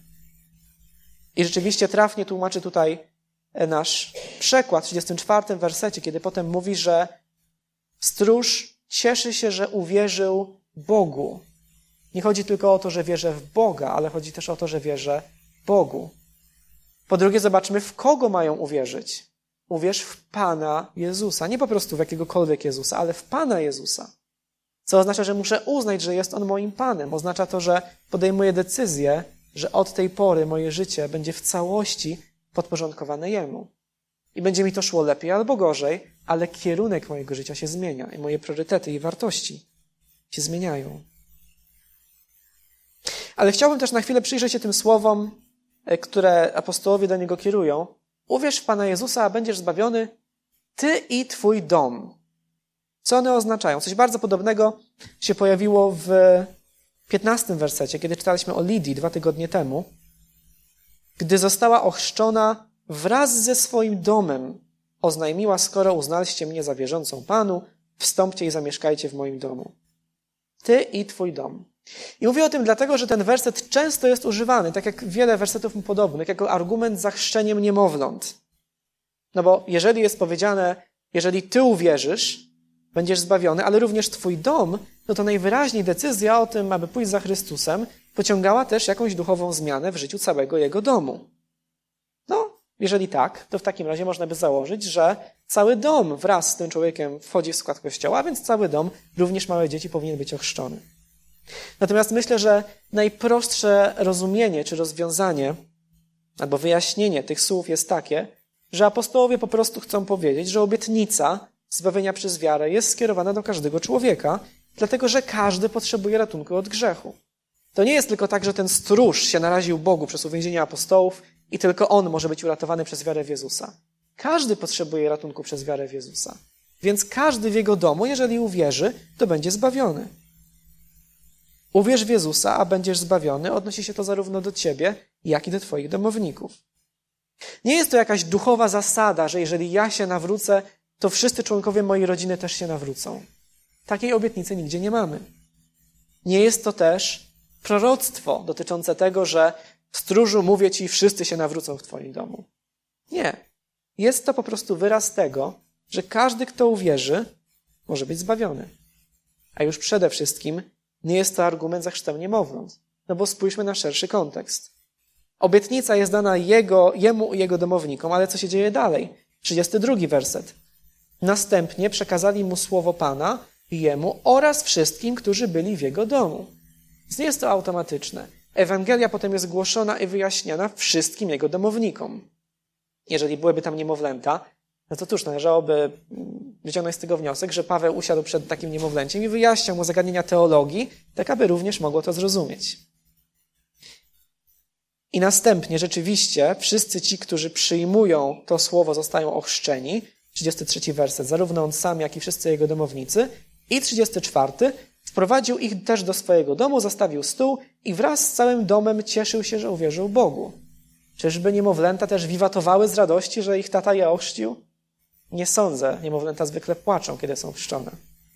I rzeczywiście trafnie tłumaczy tutaj nasz przekład w trzydziestym czwartym wersecie, kiedy potem mówi, że stróż cieszy się, że uwierzył Bogu. Nie chodzi tylko o to, że wierzę w Boga, ale chodzi też o to, że wierzę Bogu. Po drugie, zobaczmy, w kogo mają uwierzyć. Uwierz w Pana Jezusa. Nie po prostu w jakiegokolwiek Jezusa, ale w Pana Jezusa. Co oznacza, że muszę uznać, że jest On moim Panem. Oznacza to, że podejmuję decyzję, że od tej pory moje życie będzie w całości podporządkowane Jemu. I będzie mi to szło lepiej albo gorzej, ale kierunek mojego życia się zmienia i moje priorytety i wartości się zmieniają. Ale chciałbym też na chwilę przyjrzeć się tym słowom, które apostołowie do Niego kierują. Uwierz w Pana Jezusa, a będziesz zbawiony, Ty i Twój dom. Co one oznaczają? Coś bardzo podobnego się pojawiło w piętnastym wersecie, kiedy czytaliśmy o Lidii dwa tygodnie temu. Gdy została ochrzczona, wraz ze swoim domem oznajmiła, skoro uznaliście mnie za wierzącą Panu, wstąpcie i zamieszkajcie w moim domu. Ty i Twój dom. I mówię o tym dlatego, że ten werset często jest używany, tak jak wiele wersetów mu podobnych, jako argument za chrzczeniem niemowląt. No bo jeżeli jest powiedziane, jeżeli Ty uwierzysz, będziesz zbawiony, ale również Twój dom, no to najwyraźniej decyzja o tym, aby pójść za Chrystusem, pociągała też jakąś duchową zmianę w życiu całego Jego domu. No, jeżeli tak, to w takim razie można by założyć, że cały dom wraz z tym człowiekiem wchodzi w skład Kościoła, a więc cały dom, również małe dzieci, powinien być ochrzczony. Natomiast myślę, że najprostsze rozumienie czy rozwiązanie albo wyjaśnienie tych słów jest takie, że apostołowie po prostu chcą powiedzieć, że obietnica zbawienia przez wiarę jest skierowana do każdego człowieka, dlatego że każdy potrzebuje ratunku od grzechu. To nie jest tylko tak, że ten stróż się naraził Bogu przez uwięzienie apostołów i tylko on może być uratowany przez wiarę w Jezusa. Każdy potrzebuje ratunku przez wiarę w Jezusa. Więc każdy w jego domu, jeżeli uwierzy, to będzie zbawiony. Uwierz w Jezusa, a będziesz zbawiony, odnosi się to zarówno do ciebie, jak i do twoich domowników. Nie jest to jakaś duchowa zasada, że jeżeli ja się nawrócę, to wszyscy członkowie mojej rodziny też się nawrócą. Takiej obietnicy nigdzie nie mamy. Nie jest to też proroctwo dotyczące tego, że w stróżu mówię ci, wszyscy się nawrócą w twoim domu. Nie. Jest to po prostu wyraz tego, że każdy, kto uwierzy, może być zbawiony. A już przede wszystkim nie jest to argument za chrztem niemowląt. No bo spójrzmy na szerszy kontekst. Obietnica jest dana jego, jemu i jego domownikom, ale co się dzieje dalej? trzydziesty drugi werset. Następnie przekazali mu słowo Pana, jemu oraz wszystkim, którzy byli w jego domu. Więc nie jest to automatyczne. Ewangelia potem jest głoszona i wyjaśniana wszystkim jego domownikom. Jeżeli byłyby tam niemowlęta, no to cóż, należałoby wyciągnąć z tego wniosek, że Paweł usiadł przed takim niemowlęciem i wyjaśniał mu zagadnienia teologii, tak aby również mogło to zrozumieć. I następnie rzeczywiście wszyscy ci, którzy przyjmują to słowo, zostają ochrzczeni. trzydziesty trzeci werset. Zarówno on sam, jak i wszyscy jego domownicy. I trzydziesty czwarty. Wprowadził ich też do swojego domu, zastawił stół i wraz z całym domem cieszył się, że uwierzył Bogu. Czyżby niemowlęta też wiwatowały z radości, że ich tata je ochrzcił? Nie sądzę. Niemowlęta zwykle płaczą, kiedy są chrzczone.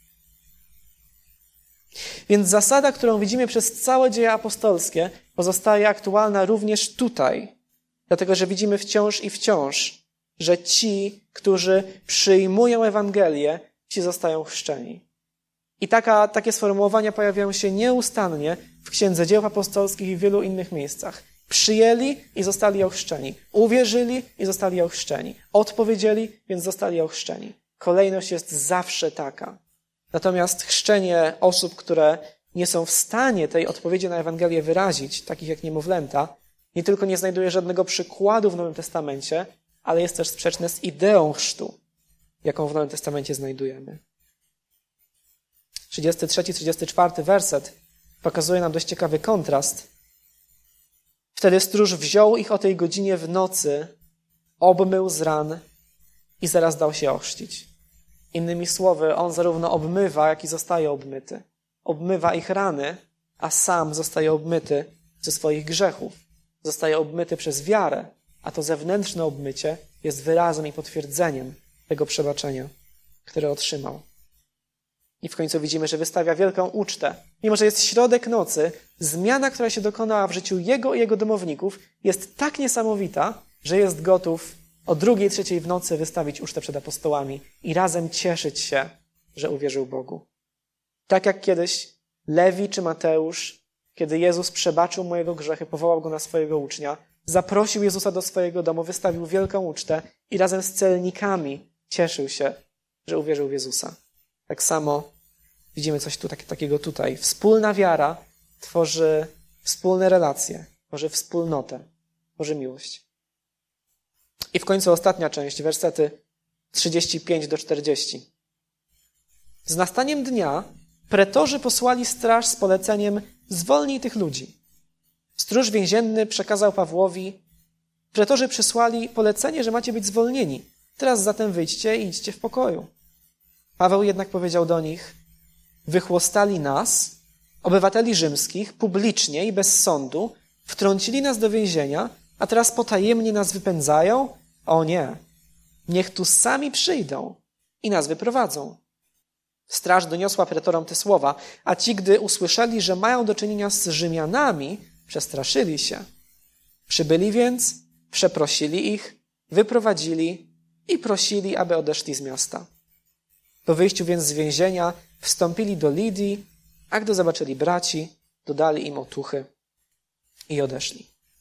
Więc zasada, którą widzimy przez całe dzieje apostolskie, pozostaje aktualna również tutaj. Dlatego, że widzimy wciąż i wciąż, że ci, którzy przyjmują Ewangelię, ci zostają chrzczeni. I taka, takie sformułowania pojawiają się nieustannie w Księdze Dzieł Apostolskich i w wielu innych miejscach. Przyjęli i zostali ochrzczeni. Uwierzyli i zostali ochrzczeni. Odpowiedzieli, więc zostali ochrzczeni. Kolejność jest zawsze taka. Natomiast chrzczenie osób, które nie są w stanie tej odpowiedzi na Ewangelię wyrazić, takich jak niemowlęta, nie tylko nie znajduje żadnego przykładu w Nowym Testamencie, ale jest też sprzeczne z ideą chrztu, jaką w Nowym Testamencie znajdujemy. trzydziesty trzeci trzydziesty czwarty werset pokazuje nam dość ciekawy kontrast. Wtedy stróż wziął ich o tej godzinie w nocy, obmył z ran i zaraz dał się ochrzcić. Innymi słowy, on zarówno obmywa, jak i zostaje obmyty. Obmywa ich rany, a sam zostaje obmyty ze swoich grzechów. Zostaje obmyty przez wiarę, a to zewnętrzne obmycie jest wyrazem i potwierdzeniem tego przebaczenia, które otrzymał. I w końcu widzimy, że wystawia wielką ucztę. Mimo że jest środek nocy, zmiana, która się dokonała w życiu jego i jego domowników, jest tak niesamowita, że jest gotów o drugiej, trzeciej w nocy wystawić ucztę przed apostołami i razem cieszyć się, że uwierzył Bogu. Tak jak kiedyś Lewi czy Mateusz, kiedy Jezus przebaczył mu jego grzechy, powołał go na swojego ucznia, zaprosił Jezusa do swojego domu, wystawił wielką ucztę i razem z celnikami cieszył się, że uwierzył w Jezusa. Tak samo widzimy coś tu, tak, takiego tutaj. Wspólna wiara tworzy wspólne relacje, tworzy wspólnotę, tworzy miłość. I w końcu ostatnia część, wersety trzydzieści pięć do czterdziestu. Z nastaniem dnia pretorzy posłali straż z poleceniem: zwolnij tych ludzi. Stróż więzienny przekazał Pawłowi: pretorzy przysłali polecenie, że macie być zwolnieni. Teraz zatem wyjdźcie i idźcie w pokoju. Paweł jednak powiedział do nich: wychłostali nas, obywateli rzymskich, publicznie i bez sądu, wtrącili nas do więzienia, a teraz potajemnie nas wypędzają? O nie, niech tu sami przyjdą i nas wyprowadzą. Straż doniosła pretorom te słowa, a ci, gdy usłyszeli, że mają do czynienia z Rzymianami, przestraszyli się. Przybyli więc, przeprosili ich, wyprowadzili i prosili, aby odeszli z miasta. Po wyjściu więc z więzienia wstąpili do Lidii, a gdy zobaczyli braci, dodali im otuchy i odeszli.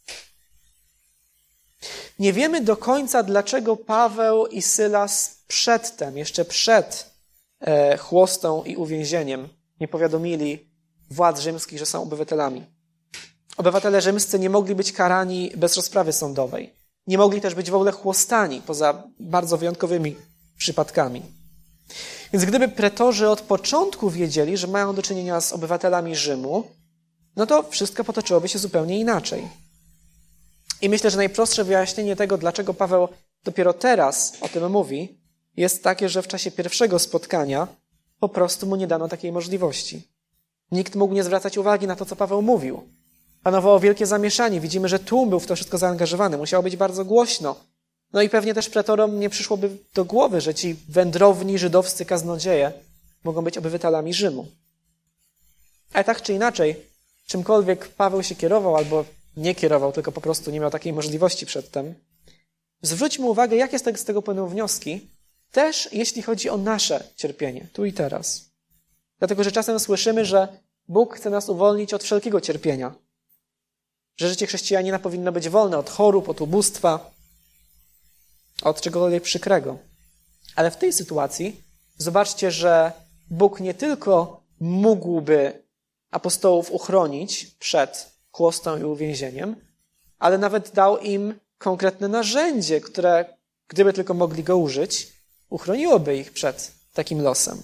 Nie wiemy do końca, dlaczego Paweł i Sylas przedtem, jeszcze przed e, chłostą i uwięzieniem, nie powiadomili władz rzymskich, że są obywatelami. Obywatele rzymscy nie mogli być karani bez rozprawy sądowej. Nie mogli też być w ogóle chłostani, poza bardzo wyjątkowymi przypadkami. Więc gdyby pretorzy od początku wiedzieli, że mają do czynienia z obywatelami Rzymu, no to wszystko potoczyłoby się zupełnie inaczej. I myślę, że najprostsze wyjaśnienie tego, dlaczego Paweł dopiero teraz o tym mówi, jest takie, że w czasie pierwszego spotkania po prostu mu nie dano takiej możliwości. Nikt mógł nie zwracać uwagi na to, co Paweł mówił. Panowało wielkie zamieszanie. Widzimy, że tłum był w to wszystko zaangażowany. Musiało być bardzo głośno. No i pewnie też pretorom nie przyszłoby do głowy, że ci wędrowni żydowscy kaznodzieje mogą być obywatelami Rzymu. Ale tak czy inaczej, czymkolwiek Paweł się kierował albo nie kierował, tylko po prostu nie miał takiej możliwości przedtem, zwróćmy uwagę, jakie z tego płyną wnioski, też jeśli chodzi o nasze cierpienie, tu i teraz. Dlatego, że czasem słyszymy, że Bóg chce nas uwolnić od wszelkiego cierpienia, że życie chrześcijanina powinno być wolne od chorób, od ubóstwa, od czegokolwiek przykrego. Ale w tej sytuacji zobaczcie, że Bóg nie tylko mógłby apostołów uchronić przed chłostą i uwięzieniem, ale nawet dał im konkretne narzędzie, które, gdyby tylko mogli go użyć, uchroniłoby ich przed takim losem.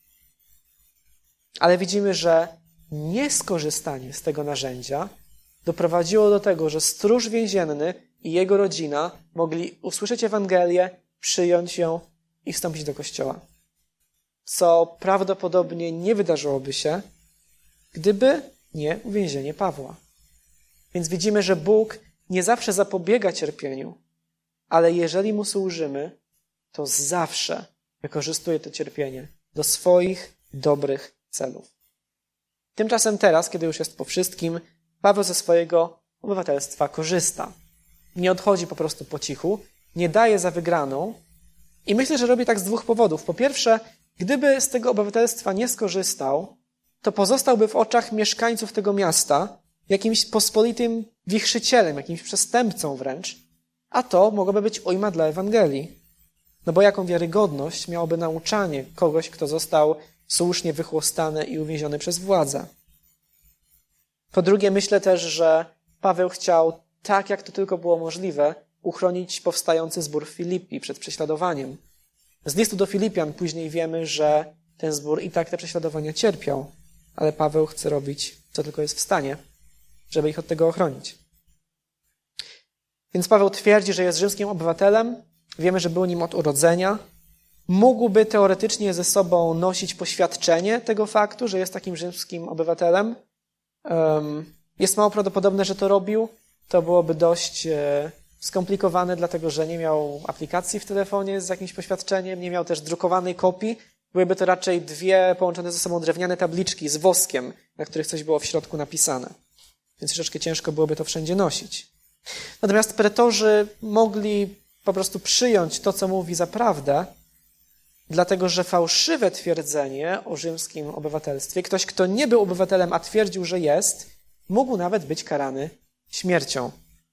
Ale widzimy, że nieskorzystanie z tego narzędzia doprowadziło do tego, że stróż więzienny i jego rodzina mogli usłyszeć Ewangelię, przyjąć ją i wstąpić do kościoła. Co prawdopodobnie nie wydarzyłoby się, gdyby nie uwięzienie Pawła. Więc widzimy, że Bóg nie zawsze zapobiega cierpieniu, ale jeżeli mu służymy, to zawsze wykorzystuje to cierpienie do swoich dobrych celów. Tymczasem teraz, kiedy już jest po wszystkim, Paweł ze swojego obywatelstwa korzysta. Nie odchodzi po prostu po cichu, nie daje za wygraną i myślę, że robi tak z dwóch powodów. Po pierwsze, gdyby z tego obywatelstwa nie skorzystał, to pozostałby w oczach mieszkańców tego miasta jakimś pospolitym wichrzycielem, jakimś przestępcą wręcz, a to mogłoby być ujma dla Ewangelii. No bo jaką wiarygodność miałoby nauczanie kogoś, kto został słusznie wychłostany i uwięziony przez władzę. Po drugie, myślę też, że Paweł chciał, tak jak to tylko było możliwe, uchronić powstający zbór w Filipii przed prześladowaniem. Z listu do Filipian później wiemy, że ten zbór i tak te prześladowania cierpiał, ale Paweł chce robić, co tylko jest w stanie, żeby ich od tego ochronić. Więc Paweł twierdzi, że jest rzymskim obywatelem, wiemy, że był nim od urodzenia, mógłby teoretycznie ze sobą nosić poświadczenie tego faktu, że jest takim rzymskim obywatelem. Jest mało prawdopodobne, że to robił. To byłoby dość skomplikowane, dlatego że nie miał aplikacji w telefonie z jakimś poświadczeniem, nie miał też drukowanej kopii. Byłyby to raczej dwie połączone ze sobą drewniane tabliczki z woskiem, na których coś było w środku napisane. Więc troszeczkę ciężko byłoby to wszędzie nosić. Natomiast pretorzy mogli po prostu przyjąć to, co mówi za prawdę, dlatego że fałszywe twierdzenie o rzymskim obywatelstwie, ktoś, kto nie był obywatelem, a twierdził, że jest, mógł nawet być karany śmiercią.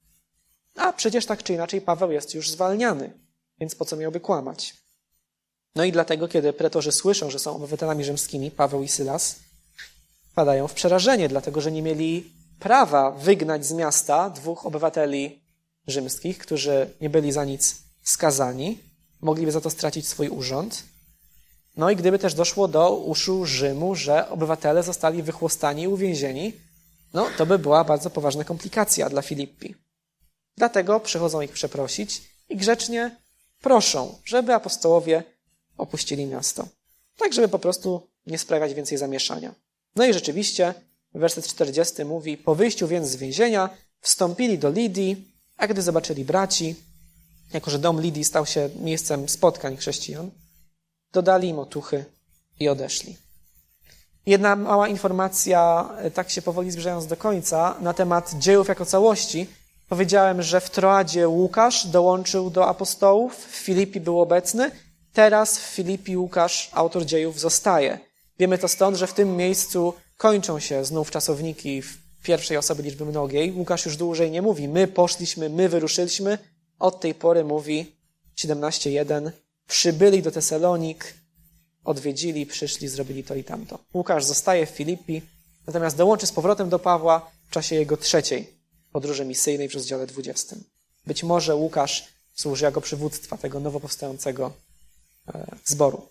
A przecież tak czy inaczej Paweł jest już zwalniany, więc po co miałby kłamać? No i dlatego, kiedy pretorzy słyszą, że są obywatelami rzymskimi, Paweł i Sylas, wpadają w przerażenie, dlatego że nie mieli prawa wygnać z miasta dwóch obywateli rzymskich, którzy nie byli za nic skazani, mogliby za to stracić swój urząd. No i gdyby też doszło do uszu Rzymu, że obywatele zostali wychłostani i uwięzieni, no to by była bardzo poważna komplikacja dla Filippi. Dlatego przychodzą ich przeprosić i grzecznie proszą, żeby apostołowie opuścili miasto. Tak, żeby po prostu nie sprawiać więcej zamieszania. No i rzeczywiście werset czterdziesty mówi: po wyjściu więc z więzienia wstąpili do Lidii, a gdy zobaczyli braci, jako że dom Lidii stał się miejscem spotkań chrześcijan, dodali im otuchy i odeszli. Jedna mała informacja, tak się powoli zbliżając do końca, na temat dziejów jako całości. Powiedziałem, że w Troadzie Łukasz dołączył do apostołów, w Filipii był obecny, teraz w Filipii Łukasz, autor dziejów, zostaje. Wiemy to stąd, że w tym miejscu kończą się znów czasowniki w pierwszej osoby liczby mnogiej. Łukasz już dłużej nie mówi my poszliśmy, my wyruszyliśmy. Od tej pory mówi siedemnaście jeden, przybyli do Tesalonik, odwiedzili, przyszli, zrobili to i tamto. Łukasz zostaje w Filipii, natomiast dołączy z powrotem do Pawła w czasie jego trzeciej podróży misyjnej w rozdziale dwudziestym. Być może Łukasz służy jako przywództwa tego nowo powstającego zboru.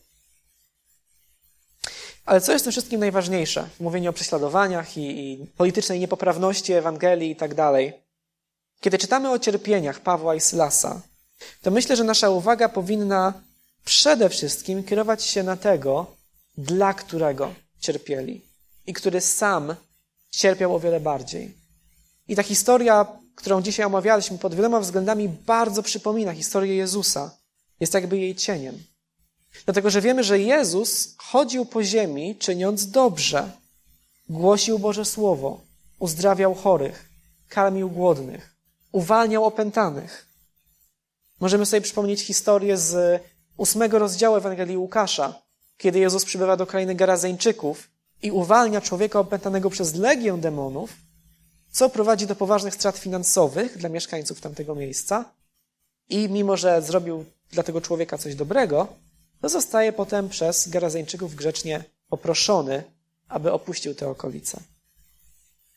Ale co jest w tym wszystkim najważniejsze? W mówieniu o prześladowaniach i, i politycznej niepoprawności Ewangelii i tak dalej. Kiedy czytamy o cierpieniach Pawła i Sylasa, to myślę, że nasza uwaga powinna przede wszystkim kierować się na tego, dla którego cierpieli i który sam cierpiał o wiele bardziej. I ta historia, którą dzisiaj omawialiśmy, pod wieloma względami bardzo przypomina historię Jezusa. Jest jakby jej cieniem. Dlatego, że wiemy, że Jezus chodził po ziemi, czyniąc dobrze. Głosił Boże Słowo, uzdrawiał chorych, karmił głodnych, uwalniał opętanych. Możemy sobie przypomnieć historię z ósmego rozdziału Ewangelii Łukasza, kiedy Jezus przybywa do krainy Gerazeńczyków i uwalnia człowieka opętanego przez legię demonów, co prowadzi do poważnych strat finansowych dla mieszkańców tamtego miejsca. I mimo, że zrobił dla tego człowieka coś dobrego, to zostaje potem przez Gerazeńczyków grzecznie poproszony, aby opuścił te okolice.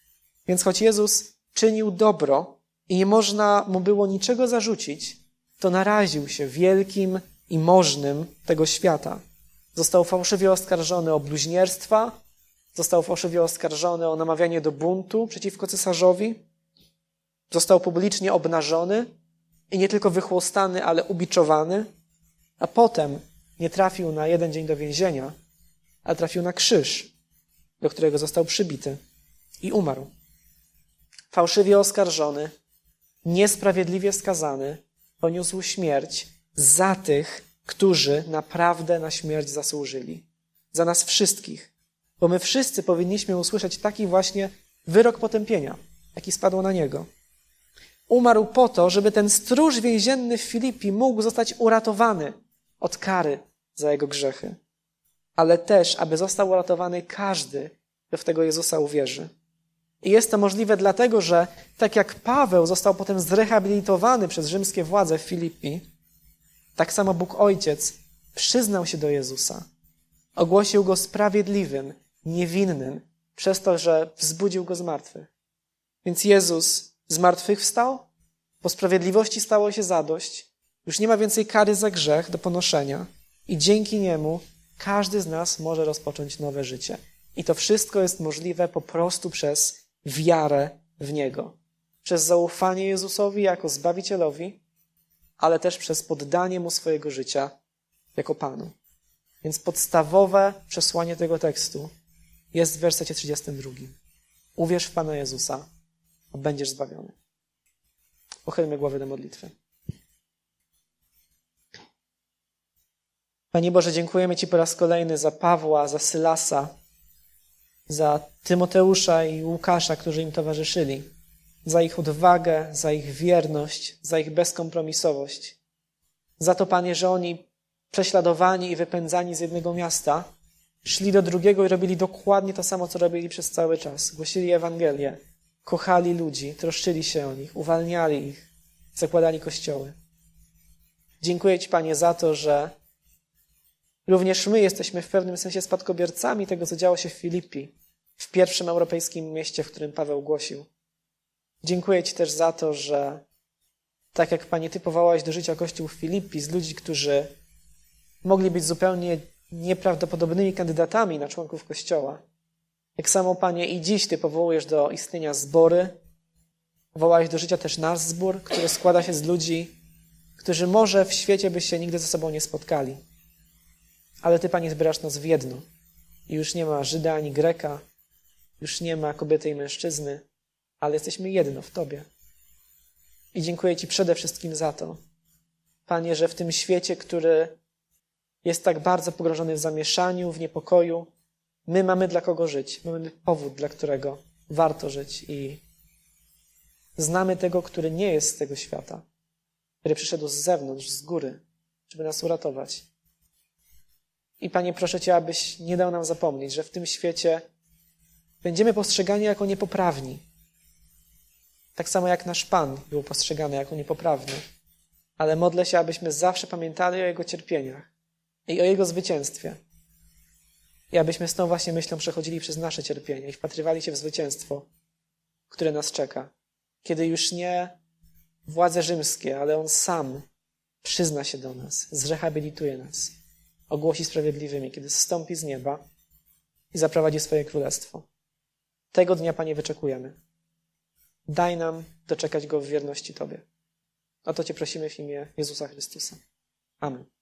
Więc choć Jezus czynił dobro i nie można mu było niczego zarzucić, to naraził się wielkim i możnym tego świata. Został fałszywie oskarżony o bluźnierstwa, został fałszywie oskarżony o namawianie do buntu przeciwko cesarzowi, został publicznie obnażony i nie tylko wychłostany, ale ubiczowany, a potem nie trafił na jeden dzień do więzienia, ale trafił na krzyż, do którego został przybity i umarł. Fałszywie oskarżony, niesprawiedliwie skazany, poniósł śmierć za tych, którzy naprawdę na śmierć zasłużyli. Za nas wszystkich. Bo my wszyscy powinniśmy usłyszeć taki właśnie wyrok potępienia, jaki spadł na niego. Umarł po to, żeby ten stróż więzienny w Filipi mógł zostać uratowany od kary za jego grzechy. Ale też, aby został uratowany każdy, kto w tego Jezusa uwierzy. I jest to możliwe dlatego, że tak jak Paweł został potem zrehabilitowany przez rzymskie władze w Filipi, tak samo Bóg Ojciec przyznał się do Jezusa. Ogłosił Go sprawiedliwym, niewinnym, przez to, że wzbudził Go z martwych. Więc Jezus z martwych wstał, po sprawiedliwości stało się zadość, już nie ma więcej kary za grzech do ponoszenia i dzięki Niemu każdy z nas może rozpocząć nowe życie. I to wszystko jest możliwe po prostu przez wiarę w Niego. Przez zaufanie Jezusowi jako Zbawicielowi, ale też przez poddanie Mu swojego życia jako Panu. Więc podstawowe przesłanie tego tekstu jest w wersecie trzydziestym drugim. Uwierz w Pana Jezusa, a będziesz zbawiony. Pochylmy głowy do modlitwy. Panie Boże, dziękujemy Ci po raz kolejny za Pawła, za Sylasa, za Tymoteusza i Łukasza, którzy im towarzyszyli, za ich odwagę, za ich wierność, za ich bezkompromisowość. Za to, Panie, że oni prześladowani i wypędzani z jednego miasta szli do drugiego i robili dokładnie to samo, co robili przez cały czas. Głosili Ewangelię, kochali ludzi, troszczyli się o nich, uwalniali ich, zakładali kościoły. Dziękuję Ci, Panie, za to, że również my jesteśmy w pewnym sensie spadkobiercami tego, co działo się w Filipi, w pierwszym europejskim mieście, w którym Paweł głosił. Dziękuję Ci też za to, że tak jak, Panie, Ty powołałeś do życia Kościół w Filipi z ludzi, którzy mogli być zupełnie nieprawdopodobnymi kandydatami na członków Kościoła. Jak samo, Panie, i dziś Ty powołujesz do istnienia zbory, powołałeś do życia też nasz zbór, który składa się z ludzi, którzy może w świecie by się nigdy ze sobą nie spotkali. Ale Ty, Panie, zbierasz nas w jedno. I już nie ma Żyda ani Greka, już nie ma kobiety i mężczyzny, ale jesteśmy jedno w Tobie. I dziękuję Ci przede wszystkim za to, Panie, że w tym świecie, który jest tak bardzo pogrążony w zamieszaniu, w niepokoju, my mamy dla kogo żyć. Mamy powód, dla którego warto żyć i znamy tego, który nie jest z tego świata, który przyszedł z zewnątrz, z góry, żeby nas uratować. I Panie, proszę Cię, abyś nie dał nam zapomnieć, że w tym świecie będziemy postrzegani jako niepoprawni. Tak samo jak nasz Pan był postrzegany jako niepoprawny. Ale modlę się, abyśmy zawsze pamiętali o Jego cierpieniach i o Jego zwycięstwie. I abyśmy z tą właśnie myślą przechodzili przez nasze cierpienia i wpatrywali się w zwycięstwo, które nas czeka. Kiedy już nie władze rzymskie, ale On sam przyzna się do nas, zrehabilituje nas, ogłosi sprawiedliwymi, kiedy zstąpi z nieba i zaprowadzi swoje królestwo. Tego dnia, Panie, wyczekujemy. Daj nam doczekać Go w wierności Tobie. O to Cię prosimy w imię Jezusa Chrystusa. Amen.